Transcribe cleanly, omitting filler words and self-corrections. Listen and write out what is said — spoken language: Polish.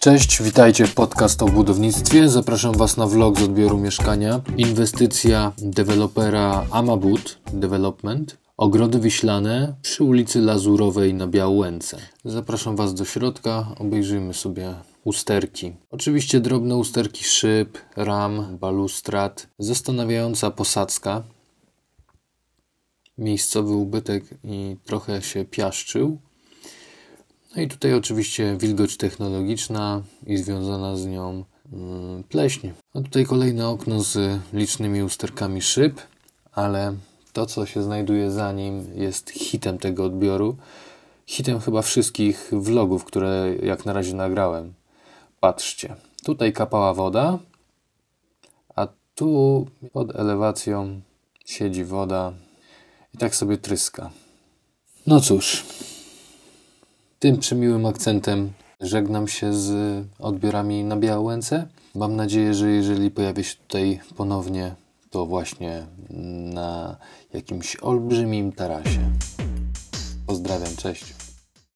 Cześć, witajcie w podcast o budownictwie. Zapraszam Was na vlog z odbioru mieszkania. Inwestycja dewelopera Amabud Development. Ogrody Wiślane przy ulicy Lazurowej na Białęce. Zapraszam Was do środka, obejrzyjmy sobie usterki. Oczywiście drobne usterki szyb, ram, balustrad. Zastanawiająca posadzka. Miejscowy ubytek i trochę się piaszczył. No i tutaj oczywiście wilgoć technologiczna i związana z nią pleśń. A tutaj kolejne okno z licznymi usterkami szyb, ale to, co się znajduje za nim, jest hitem tego odbioru. Hitem chyba wszystkich vlogów, które jak na razie nagrałem. Patrzcie, tutaj kapała woda, a tu pod elewacją siedzi woda i tak sobie tryska. No cóż, tym przemiłym akcentem żegnam się z odbiorami na Białęce. Mam nadzieję, że jeżeli pojawię się tutaj ponownie, to właśnie na jakimś olbrzymim tarasie. Pozdrawiam, cześć.